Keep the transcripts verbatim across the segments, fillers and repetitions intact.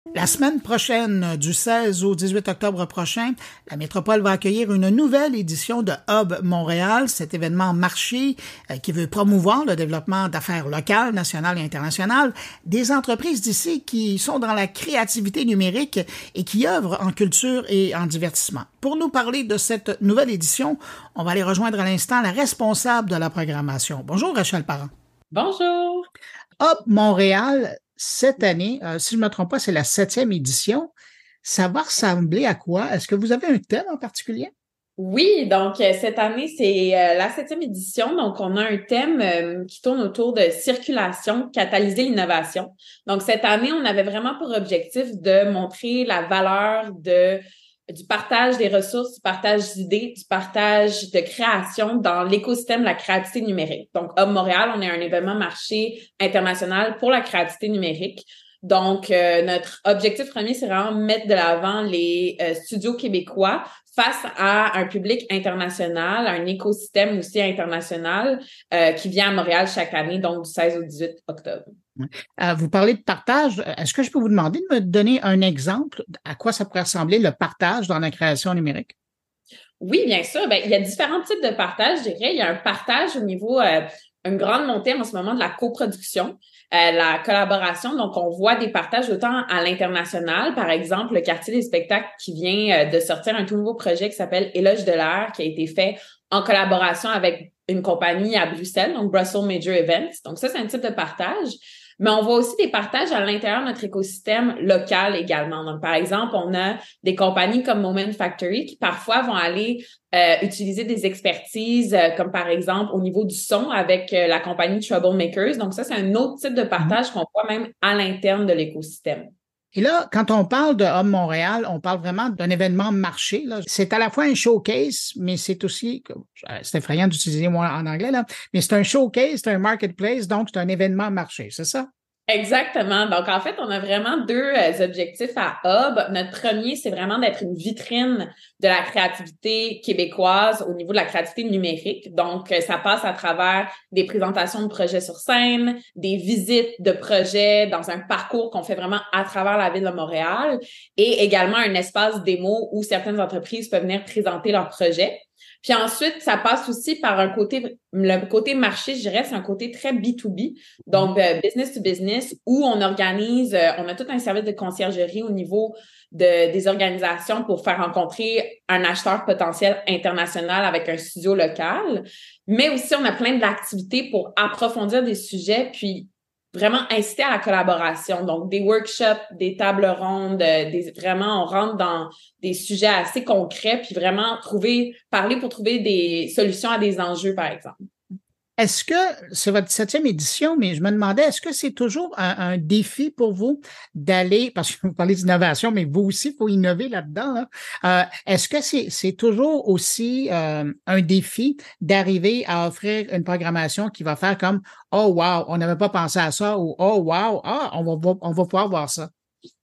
La semaine prochaine, du seize au dix-huit octobre prochain, la métropole va accueillir une nouvelle édition de Hub Montréal, cet événement marché euh, qui veut promouvoir le développement d'affaires locales, nationales et internationales, des entreprises d'ici qui sont dans la créativité numérique et qui œuvrent en culture et en divertissement. Pour nous parler de cette nouvelle édition, on va aller rejoindre à l'instant la responsable de la programmation. Bonjour Rachel Parent. Bonjour. Hub Montréal, cette année, euh, si je ne me trompe pas, c'est la septième édition. Ça va ressembler à quoi? Est-ce que vous avez un thème en particulier? Oui, donc euh, cette année, c'est euh, la septième édition. Donc, on a un thème euh, qui tourne autour de circulation, catalyser l'innovation. Donc, cette année, on avait vraiment pour objectif de montrer la valeur de du partage des ressources, du partage d'idées, du partage de création dans l'écosystème de la créativité numérique. Donc, Hub Montréal, on est un événement marché international pour la créativité numérique. Donc, euh, notre objectif premier, c'est vraiment mettre de l'avant les euh, studios québécois face à un public international, un écosystème aussi international euh, qui vient à Montréal chaque année, donc du seize au dix-huit octobre. Euh, vous parlez de partage. Est-ce que je peux vous demander de me donner un exemple à quoi ça pourrait ressembler le partage dans la création numérique? Oui, bien sûr. Ben, il y a différents types de partage, je dirais. Il y a un partage au niveau, euh, une grande montée en ce moment de la coproduction, euh, la collaboration. Donc, on voit des partages autant à l'international. Par exemple, le Quartier des spectacles qui vient euh, de sortir un tout nouveau projet qui s'appelle Éloge de l'air, qui a été fait en collaboration avec une compagnie à Bruxelles, donc Brussels Major Events. Donc, ça, c'est un type de partage. Mais on voit aussi des partages à l'intérieur de notre écosystème local également. Donc, par exemple, on a des compagnies comme Moment Factory qui parfois vont aller euh, utiliser des expertises, euh, comme par exemple au niveau du son avec euh, la compagnie Troublemakers. Donc, ça, c'est un autre type de partage mm-hmm. qu'on voit même à l'interne de l'écosystème. Et là, quand on parle de Hub Montréal, on parle vraiment d'un événement marché. Là. C'est à la fois un showcase, mais c'est aussi, c'est effrayant d'utiliser moi en anglais, là, mais c'est un showcase, c'est un marketplace, donc c'est un événement marché, c'est ça? Exactement. Donc, en fait, on a vraiment deux euh, objectifs à Hub. Notre premier, c'est vraiment d'être une vitrine de la créativité québécoise au niveau de la créativité numérique. Donc, euh, ça passe à travers des présentations de projets sur scène, des visites de projets dans un parcours qu'on fait vraiment à travers la ville de Montréal et également un espace démo où certaines entreprises peuvent venir présenter leurs projets. Puis ensuite, ça passe aussi par un côté, le côté marché, je dirais, c'est un côté très B deux B, donc euh, business to business, où on organise, euh, on a tout un service de conciergerie au niveau de, des organisations pour faire rencontrer un acheteur potentiel international avec un studio local. Mais aussi, on a plein d'activités pour approfondir des sujets, puis vraiment inciter à la collaboration. Donc, des workshops, des tables rondes, des, vraiment, on rentre dans des sujets assez concrets, puis vraiment trouver, parler pour trouver des solutions à des enjeux, par exemple. Est-ce que c'est votre septième édition, mais je me demandais, est-ce que c'est toujours un, un défi pour vous d'aller, parce que vous parlez d'innovation, mais vous aussi, il faut innover là-dedans. Là. Euh, est-ce que c'est, c'est toujours aussi euh, un défi d'arriver à offrir une programmation qui va faire comme « Oh, wow, on n'avait pas pensé à ça » ou « Oh, wow, ah, on va, on va pouvoir voir ça ».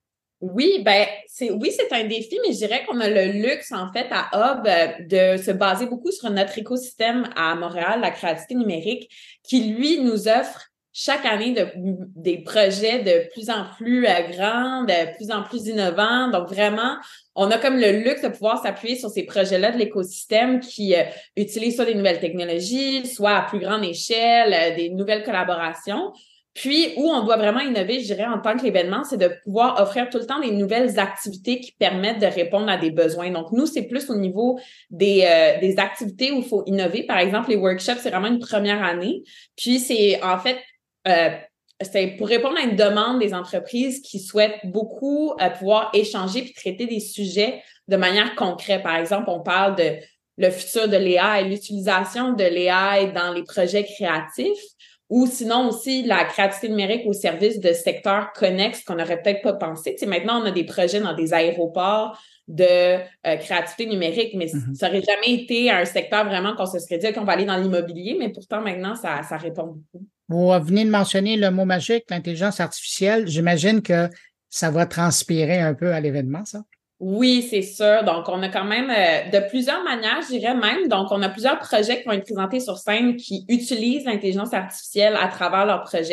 Oui, ben c'est oui, c'est un défi, mais je dirais qu'on a le luxe, en fait, à Hub de se baser beaucoup sur notre écosystème à Montréal, la créativité numérique, qui, lui, nous offre chaque année de, des projets de plus en plus euh, grands, de plus en plus innovants. Donc, vraiment, on a comme le luxe de pouvoir s'appuyer sur ces projets-là de l'écosystème qui euh, utilisent soit des nouvelles technologies, soit à plus grande échelle, euh, des nouvelles collaborations. Puis, où on doit vraiment innover, je dirais, en tant que l'événement, c'est de pouvoir offrir tout le temps des nouvelles activités qui permettent de répondre à des besoins. Donc, nous, c'est plus au niveau des, euh, des activités où il faut innover. Par exemple, les workshops, c'est vraiment une première année. Puis, c'est en fait, euh, c'est pour répondre à une demande des entreprises qui souhaitent beaucoup euh, pouvoir échanger puis traiter des sujets de manière concrète. Par exemple, on parle de le futur de l'A I, l'utilisation de l'A I dans les projets créatifs. Ou sinon aussi la créativité numérique au service de secteurs connexes qu'on n'aurait peut-être pas pensé. Tu sais, maintenant, on a des projets dans des aéroports de euh, créativité numérique, mais mm-hmm. ça n'aurait jamais été un secteur vraiment qu'on se serait dit qu'on va aller dans l'immobilier, mais pourtant maintenant, ça, ça répond beaucoup. Vous venez de mentionner le mot magique, l'intelligence artificielle. J'imagine que ça va transpirer un peu à l'événement, ça? Oui, c'est sûr. Donc, on a quand même euh, de plusieurs manières, je dirais même. Donc, on a plusieurs projets qui vont être présentés sur scène qui utilisent l'intelligence artificielle à travers leurs projets.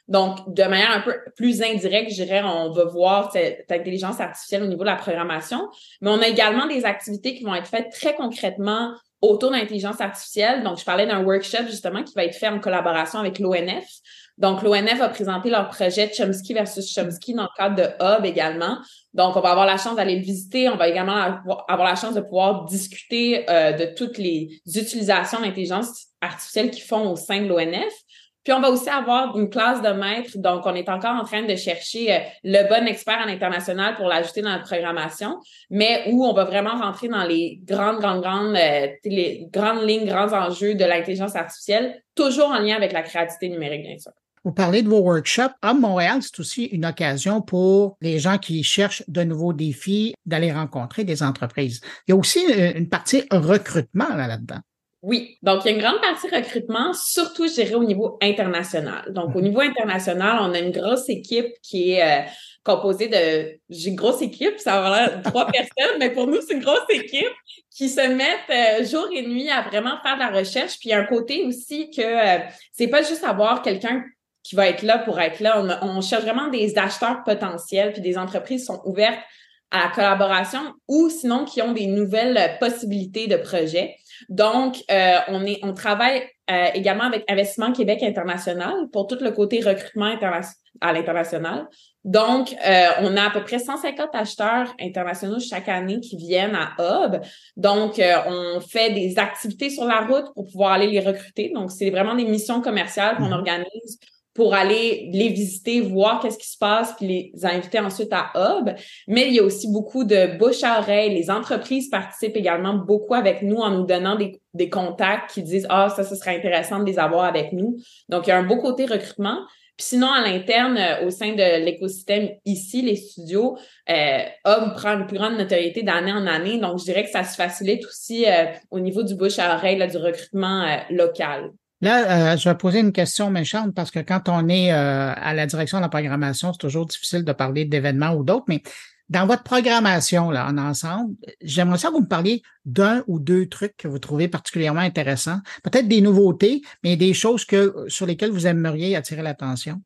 Donc, de manière un peu plus indirecte, je dirais, on va voir cette intelligence artificielle au niveau de la programmation. Mais on a également des activités qui vont être faites très concrètement autour de l'intelligence artificielle. Donc, je parlais d'un workshop, justement, qui va être fait en collaboration avec l'O N F. Donc, l'O N F a présenté leur projet Chomsky versus Chomsky dans le cadre de Hub également. Donc, on va avoir la chance d'aller le visiter. On va également avoir la chance de pouvoir discuter euh, de toutes les utilisations d'intelligence artificielle qu'ils font au sein de l'O N F. Puis, on va aussi avoir une classe de maître. Donc, on est encore en train de chercher euh, le bon expert à l'international pour l'ajouter dans la programmation, mais où on va vraiment rentrer dans les grandes, grandes, grandes, euh, les grandes lignes, grands enjeux de l'intelligence artificielle, toujours en lien avec la créativité numérique, bien sûr. Vous parlez de vos workshops. Hub Montréal, c'est aussi une occasion pour les gens qui cherchent de nouveaux défis d'aller rencontrer des entreprises. Il y a aussi une partie recrutement là, là-dedans. Oui. Donc, il y a une grande partie recrutement, surtout, je dirais, au niveau international. Donc, au niveau international, on a une grosse équipe qui est euh, composée de... J'ai une grosse équipe, ça va l'air de trois personnes, mais pour nous, c'est une grosse équipe qui se mettent euh, jour et nuit à vraiment faire de la recherche. Puis, il y a un côté aussi que euh, c'est pas juste avoir quelqu'un qui va être là pour être là. On, on cherche vraiment des acheteurs potentiels, puis des entreprises sont ouvertes à la collaboration ou sinon qui ont des nouvelles possibilités de projets. Donc, euh, on est, on travaille euh, également avec Investissement Québec International pour tout le côté recrutement interna- à l'international. Donc, euh, on a à peu près cent cinquante acheteurs internationaux chaque année qui viennent à Hub. Donc, euh, on fait des activités sur la route pour pouvoir aller les recruter. Donc, c'est vraiment des missions commerciales qu'on organise pour aller les visiter, voir qu'est-ce qui se passe, puis les inviter ensuite à Hub. Mais il y a aussi beaucoup de bouche à oreille. Les entreprises participent également beaucoup avec nous en nous donnant des, des contacts qui disent « Ah, ça, ce serait intéressant de les avoir avec nous. » Donc, il y a un beau côté recrutement. Puis sinon, à l'interne, euh, au sein de l'écosystème ici, les studios, euh, Hub prend une plus grande notoriété d'année en année. Donc, je dirais que ça se facilite aussi euh, au niveau du bouche à oreille, là, du recrutement euh, local. Là, euh, je vais poser une question méchante parce que quand on est euh, à la direction de la programmation, c'est toujours difficile de parler d'événements ou d'autres, mais dans votre programmation, là, en ensemble, j'aimerais ça que vous me parliez d'un ou deux trucs que vous trouvez particulièrement intéressants. Peut-être des nouveautés, mais des choses que sur lesquelles vous aimeriez attirer l'attention.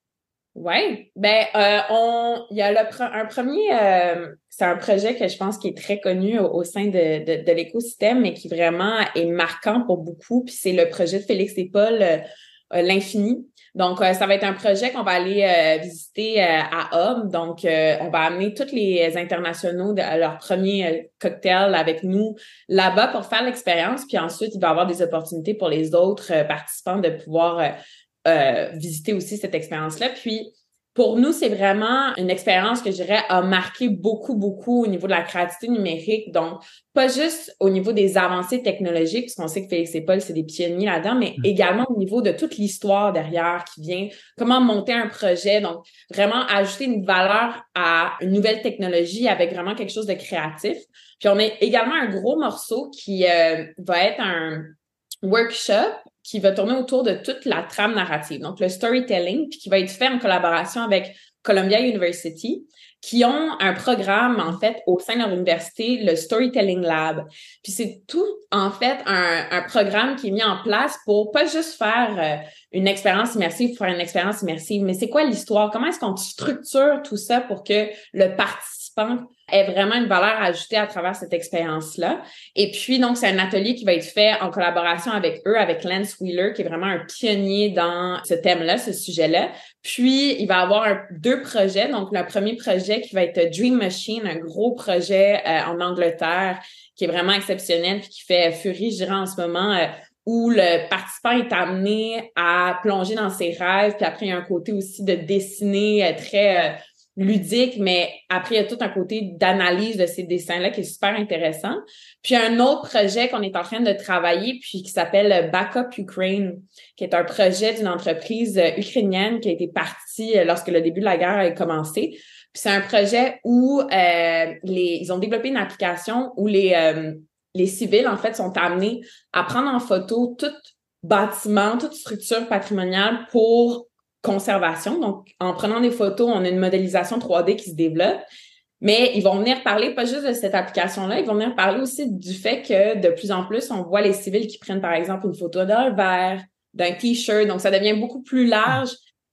Oui, ben euh, on il y a le un premier euh, c'est un projet que je pense qui est très connu au, au sein de, de, de l'écosystème, mais qui vraiment est marquant pour beaucoup. Puis c'est le projet de Félix et Paul, euh, euh, l'Infini. Donc, euh, ça va être un projet qu'on va aller euh, visiter euh, à Hub. Donc, euh, on va amener tous les internationaux de, à leur premier euh, cocktail avec nous là-bas pour faire l'expérience. Puis ensuite, il va y avoir des opportunités pour les autres euh, participants de pouvoir euh, Euh, visiter aussi cette expérience-là. Puis, pour nous, c'est vraiment une expérience que je dirais a marqué beaucoup, beaucoup au niveau de la créativité numérique. Donc, pas juste au niveau des avancées technologiques, puisqu'on sait que Félix et Paul, c'est des pionniers là-dedans, mais mmh. également au niveau de toute l'histoire derrière qui vient, comment monter un projet. Donc, vraiment ajouter une valeur à une nouvelle technologie avec vraiment quelque chose de créatif. Puis, on a également un gros morceau qui euh, va être un workshop qui va tourner autour de toute la trame narrative, donc le storytelling, puis qui va être fait en collaboration avec Columbia University, qui ont un programme, en fait, au sein de leur université, le Storytelling Lab. Puis c'est tout, en fait, un, un programme qui est mis en place pour pas juste faire euh, une expérience immersive, pour faire une expérience immersive, mais c'est quoi l'histoire? Comment est-ce qu'on structure tout ça pour que le participant ait vraiment une valeur ajoutée à travers cette expérience-là? Et puis, donc, c'est un atelier qui va être fait en collaboration avec eux, avec Lance Wheeler, qui est vraiment un pionnier dans ce thème-là, ce sujet-là. Puis, il va avoir un, deux projets. Donc, le premier projet qui va être Dream Machine, un gros projet euh, en Angleterre qui est vraiment exceptionnel puis qui fait furie, je dirais, en ce moment, euh, où le participant est amené à plonger dans ses rêves. Puis après, il y a un côté aussi de dessiner euh, très... Euh, ludique, mais après, il y a tout un côté d'analyse de ces dessins-là qui est super intéressant. Puis, un autre projet qu'on est en train de travailler, puis qui s'appelle Backup Ukraine, qui est un projet d'une entreprise ukrainienne qui a été partie lorsque le début de la guerre a commencé. Puis, c'est un projet où euh, les, ils ont développé une application où les, euh, les civils, en fait, sont amenés à prendre en photo tout bâtiment, toute structure patrimoniale pour conservation. Donc, en prenant des photos, on a une modélisation trois D qui se développe, mais ils vont venir parler pas juste de cette application-là, ils vont venir parler aussi du fait que de plus en plus, on voit les civils qui prennent, par exemple, une photo d'un verre, d'un T-shirt. Donc, ça devient beaucoup plus large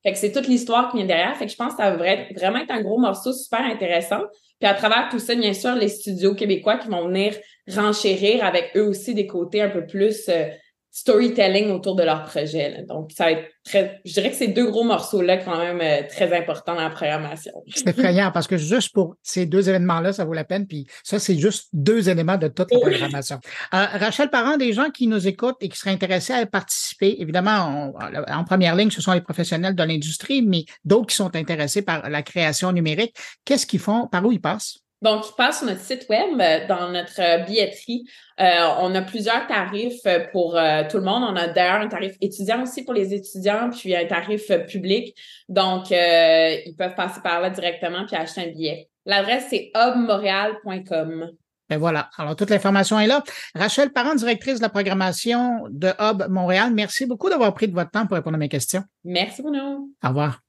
Fait que c'est toute l'histoire qui vient derrière. Fait que je pense que ça va vraiment être un gros morceau super intéressant. Puis à travers tout ça, bien sûr, les studios québécois qui vont venir renchérir avec eux aussi des côtés un peu plus euh, storytelling autour de leur projet. Là. Donc, ça va être très... Je dirais que ces deux gros morceaux-là, quand même, euh, très importants dans la programmation. C'est effrayant parce que juste pour ces deux événements-là, ça vaut la peine. Puis ça, c'est juste deux éléments de toute la programmation. Euh, Rachel Parent, des gens qui nous écoutent et qui seraient intéressés à participer, évidemment, on, en première ligne, ce sont les professionnels de l'industrie, mais d'autres qui sont intéressés par la création numérique. Qu'est-ce qu'ils font? Par où ils passent? Donc, ils passent sur notre site web, dans notre billetterie. Euh, on a plusieurs tarifs pour euh, tout le monde. On a d'ailleurs un tarif étudiant aussi pour les étudiants, puis un tarif public. Donc, euh, ils peuvent passer par là directement puis acheter un billet. L'adresse, c'est hub montréal point com. Ben voilà. Alors, toute l'information est là. Rachel Parent, directrice de la programmation de Hub Montréal, merci beaucoup d'avoir pris de votre temps pour répondre à mes questions. Merci, Bruno. Au revoir.